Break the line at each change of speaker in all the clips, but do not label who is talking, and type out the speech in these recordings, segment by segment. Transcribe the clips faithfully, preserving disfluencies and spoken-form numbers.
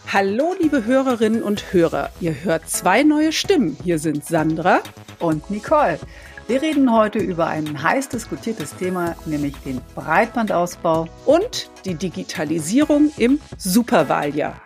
Hallo liebe Hörerinnen und Hörer, ihr hört zwei neue Stimmen. Hier sind Sandra
und Nicole. Wir reden heute über ein heiß diskutiertes Thema, nämlich den Breitbandausbau
und die Digitalisierung im Superwahljahr.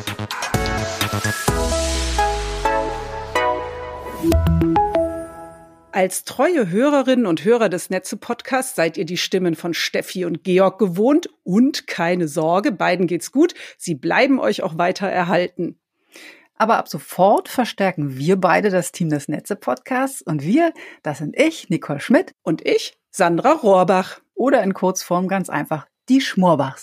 Als treue Hörerinnen und Hörer des Netze-Podcasts seid ihr die Stimmen von Steffi und Georg gewohnt. Und keine Sorge, beiden geht's gut. Sie bleiben euch auch weiter erhalten.
Aber ab sofort verstärken wir beide das Team des Netze-Podcasts. Und wir, das sind ich, Nicole Schmidt.
Und ich, Sandra Rohrbach.
Oder in Kurzform ganz einfach, die Schmorbachs.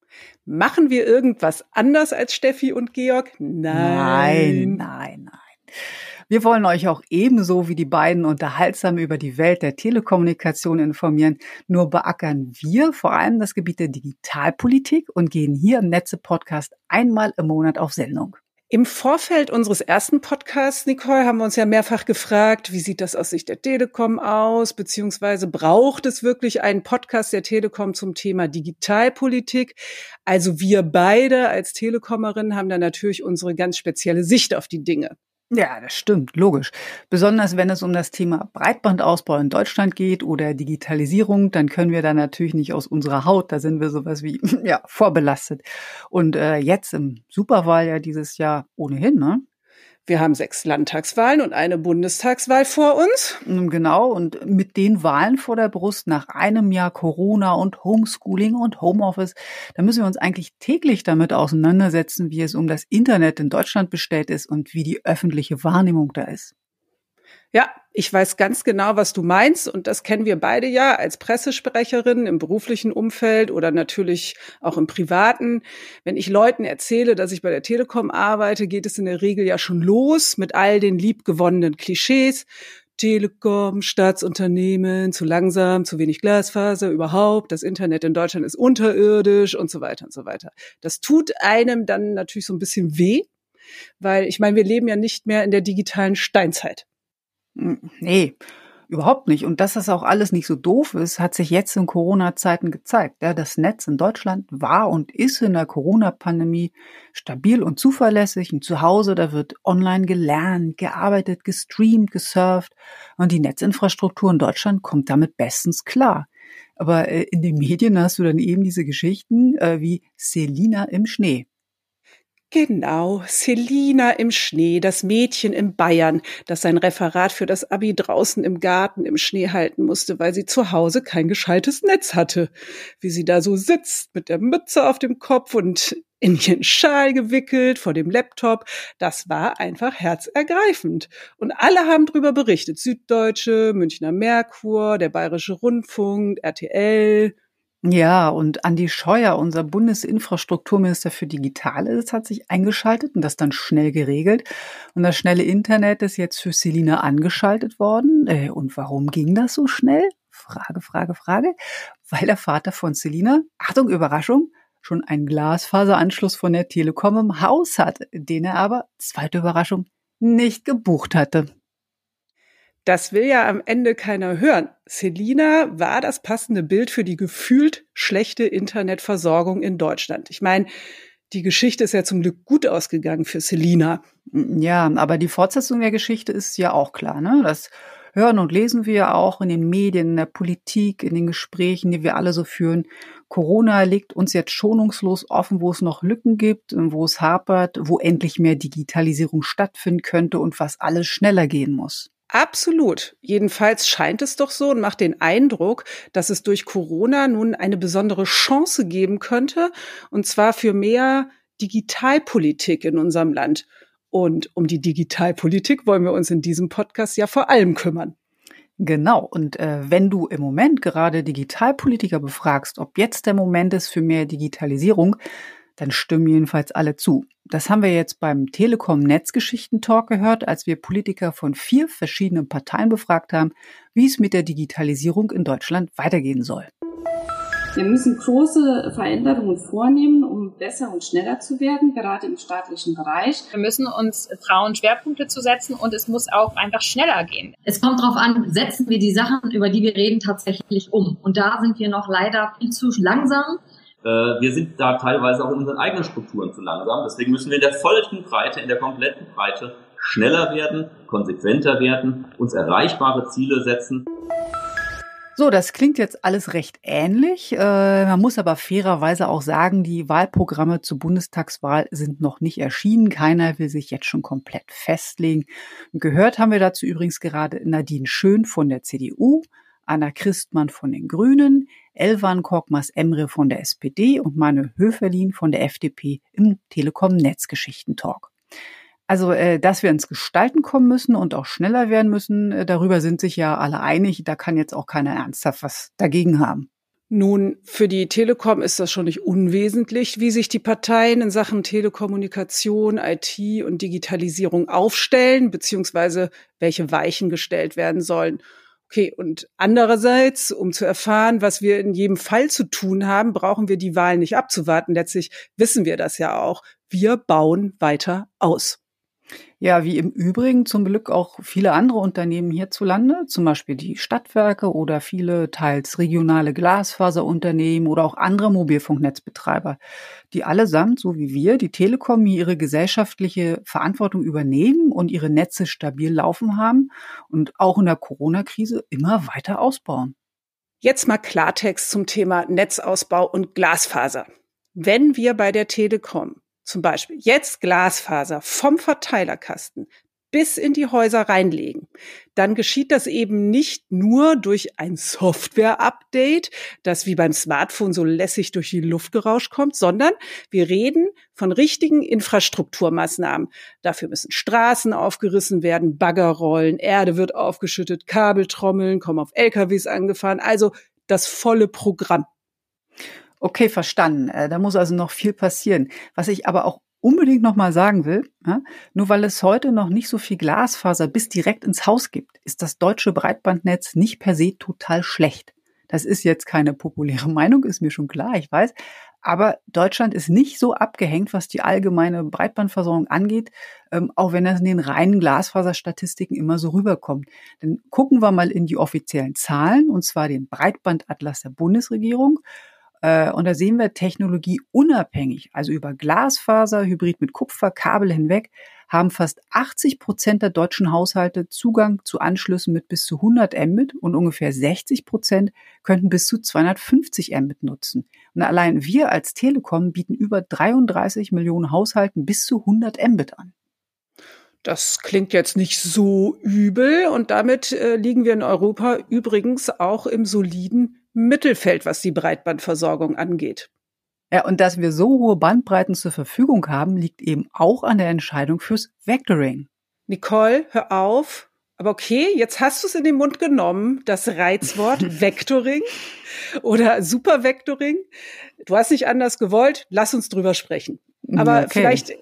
Machen wir irgendwas anders als Steffi und Georg?
Nein, nein, nein. nein. Wir wollen euch auch ebenso wie die beiden unterhaltsam über die Welt der Telekommunikation informieren. Nur beackern wir vor allem das Gebiet der Digitalpolitik und gehen hier im Netze-Podcast einmal im Monat auf Sendung.
Im Vorfeld unseres ersten Podcasts, Nicole, haben wir uns ja mehrfach gefragt, wie sieht das aus Sicht der Telekom aus, beziehungsweise braucht es wirklich einen Podcast der Telekom zum Thema Digitalpolitik? Also wir beide als Telekomerinnen haben da natürlich unsere ganz spezielle Sicht auf die Dinge.
Ja, das stimmt, logisch. Besonders wenn es um das Thema Breitbandausbau in Deutschland geht oder Digitalisierung, dann können wir da natürlich nicht aus unserer Haut, da sind wir sowas wie ja vorbelastet. Und äh, jetzt im Superwahljahr dieses Jahr ohnehin, ne?
Wir haben sechs Landtagswahlen und eine Bundestagswahl vor uns.
Genau, und mit den Wahlen vor der Brust nach einem Jahr Corona und Homeschooling und Homeoffice, da müssen wir uns eigentlich täglich damit auseinandersetzen, wie es um das Internet in Deutschland bestellt ist und wie die öffentliche Wahrnehmung da ist.
Ja, ich weiß ganz genau, was du meinst, und das kennen wir beide ja als Pressesprecherin im beruflichen Umfeld oder natürlich auch im privaten. Wenn ich Leuten erzähle, dass ich bei der Telekom arbeite, geht es in der Regel ja schon los mit all den liebgewonnenen Klischees. Telekom, Staatsunternehmen, zu langsam, zu wenig Glasfaser, überhaupt, das Internet in Deutschland ist unterirdisch und so weiter und so weiter. Das tut einem dann natürlich so ein bisschen weh, weil ich meine, wir leben ja nicht mehr in der digitalen Steinzeit.
Nee, überhaupt nicht. Und dass das auch alles nicht so doof ist, hat sich jetzt in Corona-Zeiten gezeigt. Ja, das Netz in Deutschland war und ist in der Corona-Pandemie stabil und zuverlässig. Und zu Hause, da wird online gelernt, gearbeitet, gestreamt, gesurft. Und die Netzinfrastruktur in Deutschland kommt damit bestens klar. Aber äh, in den Medien hast du dann eben diese Geschichten äh, wie Selina im Schnee.
Genau, Selina im Schnee, das Mädchen in Bayern, das sein Referat für das Abi draußen im Garten im Schnee halten musste, weil sie zu Hause kein gescheites Netz hatte. Wie sie da so sitzt mit der Mütze auf dem Kopf und in ihren Schal gewickelt vor dem Laptop, das war einfach herzergreifend. Und alle haben drüber berichtet. Süddeutsche, Münchner Merkur, der Bayerische Rundfunk, R T L.
Ja, und Andi Scheuer, unser Bundesinfrastrukturminister für Digitales, hat sich eingeschaltet und das dann schnell geregelt. Und das schnelle Internet ist jetzt für Selina angeschaltet worden. Äh, und warum ging das so schnell? Frage, Frage, Frage. Weil der Vater von Selina, Achtung, Überraschung, schon einen Glasfaseranschluss von der Telekom im Haus hat, den er aber, zweite Überraschung, nicht gebucht hatte.
Das will ja am Ende keiner hören. Selina war das passende Bild für die gefühlt schlechte Internetversorgung in Deutschland. Ich meine, die Geschichte ist ja zum Glück gut ausgegangen für Selina.
Ja, aber die Fortsetzung der Geschichte ist ja auch klar, ne? Das hören und lesen wir ja auch in den Medien, in der Politik, in den Gesprächen, die wir alle so führen. Corona legt uns jetzt schonungslos offen, wo es noch Lücken gibt, wo es hapert, wo endlich mehr Digitalisierung stattfinden könnte und was alles schneller gehen muss.
Absolut. Jedenfalls scheint es doch so und macht den Eindruck, dass es durch Corona nun eine besondere Chance geben könnte, und zwar für mehr Digitalpolitik in unserem Land. Und um die Digitalpolitik wollen wir uns in diesem Podcast ja vor allem kümmern.
Genau. Und äh, wenn du im Moment gerade Digitalpolitiker befragst, ob jetzt der Moment ist für mehr Digitalisierung, dann stimmen jedenfalls alle zu. Das haben wir jetzt beim Telekom-Netzgeschichten-Talk gehört, als wir Politiker von vier verschiedenen Parteien befragt haben, wie es mit der Digitalisierung in Deutschland weitergehen soll.
Wir müssen große Veränderungen vornehmen, um besser und schneller zu werden, gerade im staatlichen Bereich.
Wir müssen uns trauen, Schwerpunkte zu setzen, und es muss auch einfach schneller gehen.
Es kommt darauf an, setzen wir die Sachen, über die wir reden, tatsächlich um. Und da sind wir noch leider viel zu langsam. Äh, wir sind da teilweise auch in unseren eigenen Strukturen zu langsam. Deswegen müssen wir in der vollen Breite, in der kompletten Breite schneller werden, konsequenter werden, uns erreichbare Ziele setzen.
So, das klingt jetzt alles recht ähnlich. Äh, man muss aber fairerweise auch sagen, die Wahlprogramme zur Bundestagswahl sind noch nicht erschienen. Keiner will sich jetzt schon komplett festlegen. Und gehört haben wir dazu übrigens gerade Nadine Schön von der C D U, Anna Christmann von den Grünen, Elvan Korkmaz-Emre von der S P D und Manuel Höferlin von der F D P im Telekom-Netzgeschichten-Talk. Also, äh, dass wir ins Gestalten kommen müssen und auch schneller werden müssen, äh, darüber sind sich ja alle einig. Da kann jetzt auch keiner ernsthaft was dagegen haben.
Nun, für die Telekom ist das schon nicht unwesentlich, wie sich die Parteien in Sachen Telekommunikation, I T und Digitalisierung aufstellen, beziehungsweise welche Weichen gestellt werden sollen. Okay, und andererseits, um zu erfahren, was wir in jedem Fall zu tun haben, brauchen wir die Wahl nicht abzuwarten. Letztlich wissen wir das ja auch. Wir bauen weiter aus.
Ja, wie im Übrigen zum Glück auch viele andere Unternehmen hierzulande, zum Beispiel die Stadtwerke oder viele teils regionale Glasfaserunternehmen oder auch andere Mobilfunknetzbetreiber, die allesamt, so wie wir, die Telekom, ihre gesellschaftliche Verantwortung übernehmen und ihre Netze stabil laufen haben und auch in der Corona-Krise immer weiter ausbauen.
Jetzt mal Klartext zum Thema Netzausbau und Glasfaser. Wenn wir bei der Telekom zum Beispiel jetzt Glasfaser vom Verteilerkasten bis in die Häuser reinlegen, dann geschieht das eben nicht nur durch ein Software-Update, das wie beim Smartphone so lässig durch die Luft gerauscht kommt, sondern wir reden von richtigen Infrastrukturmaßnahmen. Dafür müssen Straßen aufgerissen werden, Bagger rollen, Erde wird aufgeschüttet, Kabeltrommeln, kommen auf L K Ws angefahren, also das volle Programm.
Okay, verstanden. Da muss also noch viel passieren. Was ich aber auch unbedingt noch mal sagen will, ja, nur weil es heute noch nicht so viel Glasfaser bis direkt ins Haus gibt, ist das deutsche Breitbandnetz nicht per se total schlecht. Das ist jetzt keine populäre Meinung, ist mir schon klar, ich weiß. Aber Deutschland ist nicht so abgehängt, was die allgemeine Breitbandversorgung angeht, ähm, auch wenn das in den reinen Glasfaserstatistiken immer so rüberkommt. Dann gucken wir mal in die offiziellen Zahlen, und zwar den Breitbandatlas der Bundesregierung. Und da sehen wir, Technologie unabhängig, also über Glasfaser, Hybrid mit Kupfer, Kabel hinweg, haben fast achtzig Prozent der deutschen Haushalte Zugang zu Anschlüssen mit bis zu hundert Mbit und ungefähr sechzig Prozent könnten bis zu zweihundertfünfzig Mbit nutzen. Und allein wir als Telekom bieten über dreiunddreißig Millionen Haushalten bis zu hundert Mbit an.
Das klingt jetzt nicht so übel und damit äh, liegen wir in Europa übrigens auch im soliden Mittelfeld, was die Breitbandversorgung angeht.
Ja, und dass wir so hohe Bandbreiten zur Verfügung haben, liegt eben auch an der Entscheidung fürs Vectoring.
Nicole, hör auf. Aber okay, jetzt hast du es in den Mund genommen, das Reizwort Vectoring oder Supervectoring. Du hast nicht anders gewollt, lass uns drüber sprechen. Aber okay, vielleicht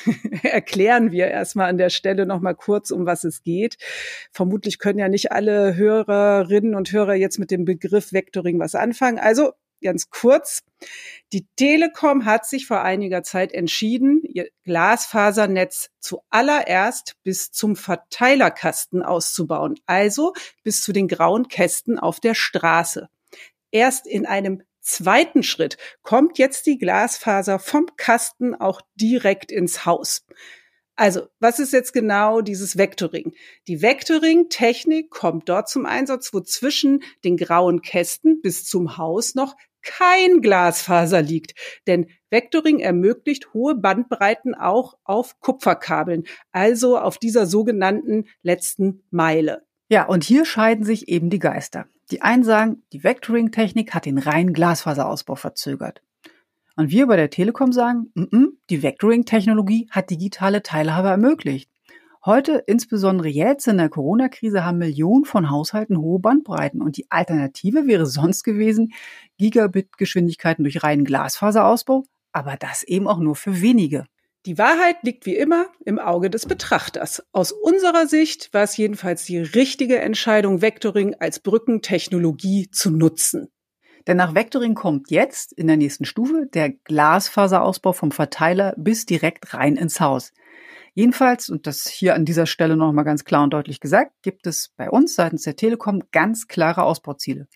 erklären wir erstmal an der Stelle noch mal kurz, um was es geht. Vermutlich können ja nicht alle Hörerinnen und Hörer jetzt mit dem Begriff Vectoring was anfangen. Also ganz kurz. Die Telekom hat sich vor einiger Zeit entschieden, ihr Glasfasernetz zuallererst bis zum Verteilerkasten auszubauen. Also bis zu den grauen Kästen auf der Straße. Erst in einem zweiten Schritt kommt jetzt die Glasfaser vom Kasten auch direkt ins Haus. Also, was ist jetzt genau dieses Vectoring? Die Vectoring-Technik kommt dort zum Einsatz, wo zwischen den grauen Kästen bis zum Haus noch kein Glasfaser liegt. Denn Vectoring ermöglicht hohe Bandbreiten auch auf Kupferkabeln, also auf dieser sogenannten letzten Meile.
Ja, und hier scheiden sich eben die Geister. Die einen sagen, die Vectoring-Technik hat den reinen Glasfaserausbau verzögert. Und wir bei der Telekom sagen, m-m, die Vectoring-Technologie hat digitale Teilhabe ermöglicht. Heute, insbesondere jetzt in der Corona-Krise, haben Millionen von Haushalten hohe Bandbreiten. Und die Alternative wäre sonst gewesen, Gigabit-Geschwindigkeiten durch reinen Glasfaserausbau, aber das eben auch nur für wenige.
Die Wahrheit liegt wie immer im Auge des Betrachters. Aus unserer Sicht war es jedenfalls die richtige Entscheidung, Vectoring als Brückentechnologie zu nutzen.
Denn nach Vectoring kommt jetzt in der nächsten Stufe der Glasfaserausbau vom Verteiler bis direkt rein ins Haus. Jedenfalls, und das hier an dieser Stelle noch mal ganz klar und deutlich gesagt, gibt es bei uns seitens der Telekom ganz klare Ausbauziele.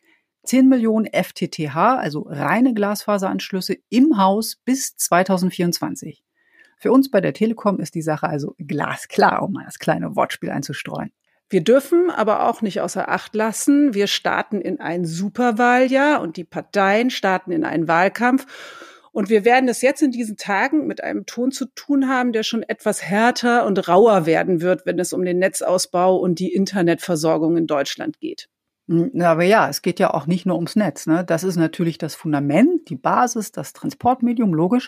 zehn Millionen F T T H, also reine Glasfaseranschlüsse im Haus bis zweitausendvierundzwanzig. Für uns bei der Telekom ist die Sache also glasklar, um mal das kleine Wortspiel einzustreuen.
Wir dürfen aber auch nicht außer Acht lassen, wir starten in ein Superwahljahr und die Parteien starten in einen Wahlkampf. Und wir werden es jetzt in diesen Tagen mit einem Ton zu tun haben, der schon etwas härter und rauer werden wird, wenn es um den Netzausbau und die Internetversorgung in Deutschland geht.
Aber ja, es geht ja auch nicht nur ums Netz, ne? Das ist natürlich das Fundament, die Basis, das Transportmedium, logisch.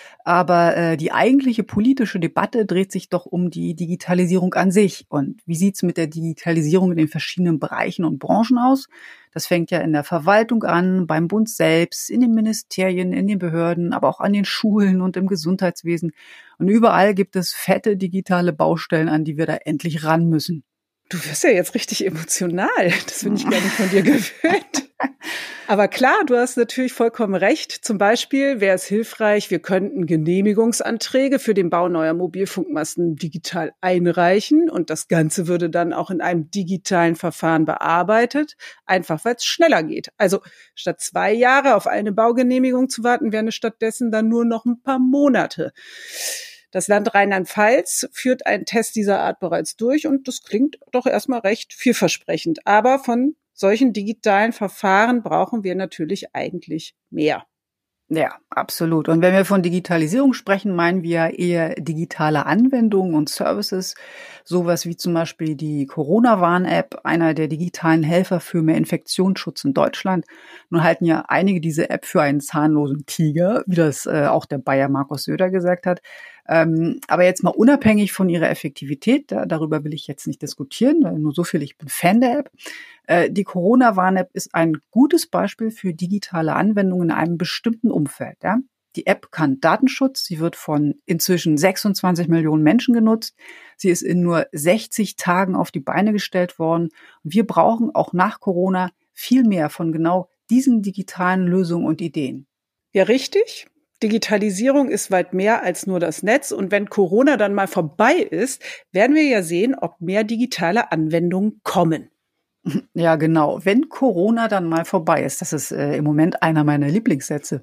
Aber äh, die eigentliche politische Debatte dreht sich doch um die Digitalisierung an sich. Und wie sieht's mit der Digitalisierung in den verschiedenen Bereichen und Branchen aus? Das fängt ja in der Verwaltung an, beim Bund selbst, in den Ministerien, in den Behörden, aber auch an den Schulen und im Gesundheitswesen. Und überall gibt es fette digitale Baustellen, an die wir da endlich ran müssen.
Du wirst ja jetzt richtig emotional. Das bin ich gar nicht von dir gewöhnt. Aber klar, du hast natürlich vollkommen recht. Zum Beispiel wäre es hilfreich, wir könnten Genehmigungsanträge für den Bau neuer Mobilfunkmasten digital einreichen und das Ganze würde dann auch in einem digitalen Verfahren bearbeitet, einfach weil es schneller geht. Also statt zwei Jahre auf eine Baugenehmigung zu warten, wären es stattdessen dann nur noch ein paar Monate. Das Land Rheinland-Pfalz führt einen Test dieser Art bereits durch und das klingt doch erstmal recht vielversprechend. Aber von solchen digitalen Verfahren brauchen wir natürlich eigentlich mehr.
Ja, absolut. Und wenn wir von Digitalisierung sprechen, meinen wir eher digitale Anwendungen und Services, sowas wie zum Beispiel die Corona-Warn-App, einer der digitalen Helfer für mehr Infektionsschutz in Deutschland. Nun halten ja einige diese App für einen zahnlosen Tiger, wie das äh, auch der Bayer Markus Söder gesagt hat. Ähm, aber jetzt mal unabhängig von ihrer Effektivität, da, darüber will ich jetzt nicht diskutieren, nur so viel, ich bin Fan der App. Äh, die Corona-Warn-App ist ein gutes Beispiel für digitale Anwendungen in einem bestimmten Umfeld. Ja? Die App kann Datenschutz, sie wird von inzwischen sechsundzwanzig Millionen Menschen genutzt. Sie ist in nur sechzig Tagen auf die Beine gestellt worden. Und wir brauchen auch nach Corona viel mehr von genau diesen digitalen Lösungen und Ideen.
Ja, richtig. Digitalisierung ist weit mehr als nur das Netz. Und wenn Corona dann mal vorbei ist, werden wir ja sehen, ob mehr digitale Anwendungen kommen.
Ja, genau. Wenn Corona dann mal vorbei ist. Das ist äh, im Moment einer meiner Lieblingssätze.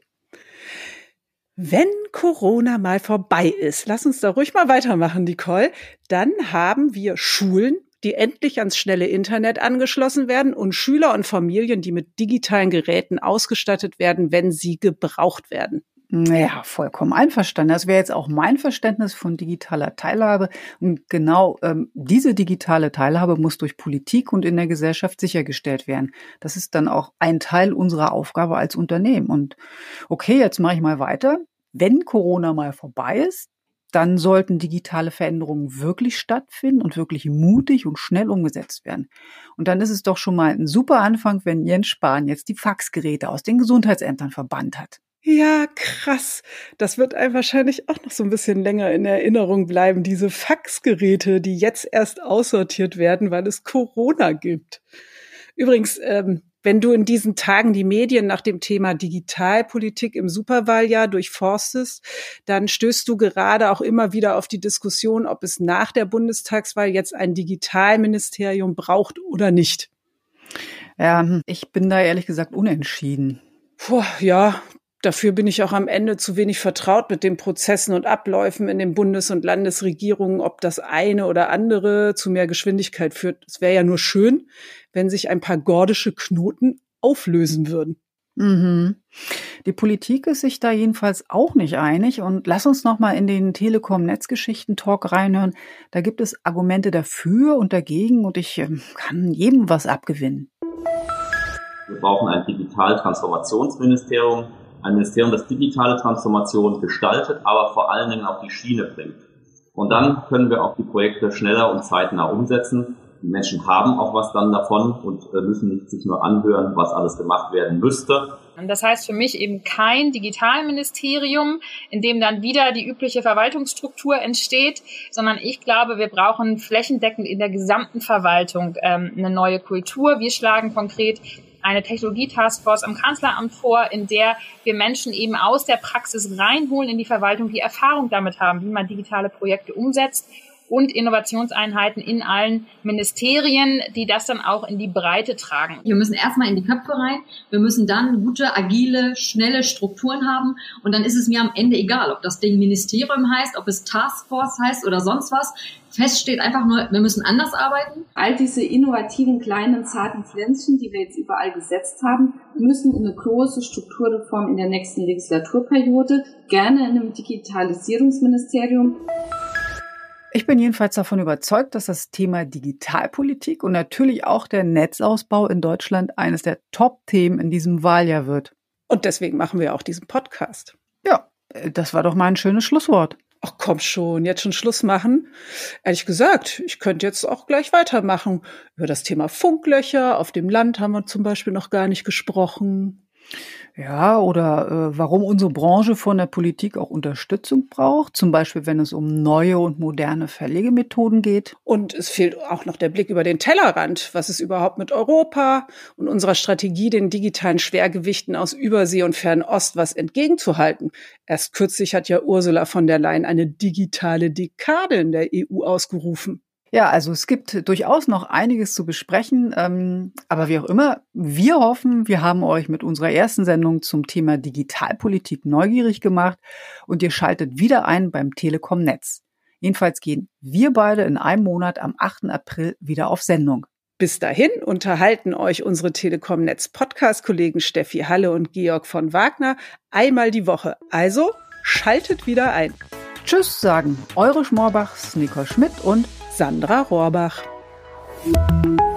Wenn Corona mal vorbei ist, lass uns da ruhig mal weitermachen, Nicole, dann haben wir Schulen, die endlich ans schnelle Internet angeschlossen werden und Schüler und Familien, die mit digitalen Geräten ausgestattet werden, wenn sie gebraucht werden.
Ja, vollkommen einverstanden. Das wäre jetzt auch mein Verständnis von digitaler Teilhabe. Und genau ähm, diese digitale Teilhabe muss durch Politik und in der Gesellschaft sichergestellt werden. Das ist dann auch ein Teil unserer Aufgabe als Unternehmen. Und okay, jetzt mache ich mal weiter. Wenn Corona mal vorbei ist, dann sollten digitale Veränderungen wirklich stattfinden und wirklich mutig und schnell umgesetzt werden. Und dann ist es doch schon mal ein super Anfang, wenn Jens Spahn jetzt die Faxgeräte aus den Gesundheitsämtern verbannt hat.
Ja, krass. Das wird einem wahrscheinlich auch noch so ein bisschen länger in Erinnerung bleiben, diese Faxgeräte, die jetzt erst aussortiert werden, weil es Corona gibt. Übrigens, ähm, wenn du in diesen Tagen die Medien nach dem Thema Digitalpolitik im Superwahljahr durchforstest, dann stößt du gerade auch immer wieder auf die Diskussion, ob es nach der Bundestagswahl jetzt ein Digitalministerium braucht oder nicht.
Ja, ich bin da ehrlich gesagt unentschieden.
Puh, ja, dafür bin ich auch am Ende zu wenig vertraut mit den Prozessen und Abläufen in den Bundes- und Landesregierungen, ob das eine oder andere zu mehr Geschwindigkeit führt. Es wäre ja nur schön, wenn sich ein paar gordische Knoten auflösen würden.
Mhm. Die Politik ist sich da jedenfalls auch nicht einig. Und lass uns noch mal in den Telekom-Netzgeschichten-Talk reinhören. Da gibt es Argumente dafür und dagegen und ich äh, kann jedem was abgewinnen.
Wir brauchen ein Digital-Transformationsministerium. Ein Ministerium, das digitale Transformation gestaltet, aber vor allen Dingen auf die Schiene bringt. Und dann können wir auch die Projekte schneller und zeitnah umsetzen. Die Menschen haben auch was dann davon und müssen nicht sich nur anhören, was alles gemacht werden müsste.
Und das heißt für mich eben kein Digitalministerium, in dem dann wieder die übliche Verwaltungsstruktur entsteht, sondern ich glaube, wir brauchen flächendeckend in der gesamten Verwaltung ähm, eine neue Kultur. Wir schlagen konkret eine Technologie-Taskforce am Kanzleramt vor, in der wir Menschen eben aus der Praxis reinholen in die Verwaltung, die Erfahrung damit haben, wie man digitale Projekte umsetzt und Innovationseinheiten in allen Ministerien, die das dann auch in die Breite tragen.
Wir müssen erstmal in die Köpfe rein, wir müssen dann gute, agile, schnelle Strukturen haben und dann ist es mir am Ende egal, ob das Ding Ministerium heißt, ob es Taskforce heißt oder sonst was. Fest steht einfach nur, wir müssen anders arbeiten.
All diese innovativen, kleinen, zarten Pflänzchen, die wir jetzt überall gesetzt haben, müssen in eine große Strukturreform in der nächsten Legislaturperiode, gerne in einem Digitalisierungsministerium.
Ich bin jedenfalls davon überzeugt, dass das Thema Digitalpolitik und natürlich auch der Netzausbau in Deutschland eines der Top-Themen in diesem Wahljahr wird.
Und deswegen machen wir auch diesen Podcast.
Ja, das war doch mal ein schönes Schlusswort.
Ach komm schon, jetzt schon Schluss machen? Ehrlich gesagt, ich könnte jetzt auch gleich weitermachen. Über das Thema Funklöcher auf dem Land haben wir zum Beispiel noch gar nicht gesprochen.
Ja, oder äh, warum unsere Branche von der Politik auch Unterstützung braucht, zum Beispiel wenn es um neue und moderne Verlegemethoden geht.
Und es fehlt auch noch der Blick über den Tellerrand. Was ist überhaupt mit Europa und unserer Strategie, den digitalen Schwergewichten aus Übersee und Fernost was entgegenzuhalten? Erst kürzlich hat ja Ursula von der Leyen eine digitale Dekade in der E U ausgerufen.
Ja, also es gibt durchaus noch einiges zu besprechen, ähm, aber wie auch immer, wir hoffen, wir haben euch mit unserer ersten Sendung zum Thema Digitalpolitik neugierig gemacht und ihr schaltet wieder ein beim Telekom-Netz. Jedenfalls gehen wir beide in einem Monat am achten April wieder auf Sendung.
Bis dahin unterhalten euch unsere Telekom-Netz-Podcast-Kollegen Steffi Halle und Georg von Wagner einmal die Woche. Also schaltet wieder ein.
Tschüss sagen eure Schmorbachs, Nicole Schmidt und
Sandra Rohrbach.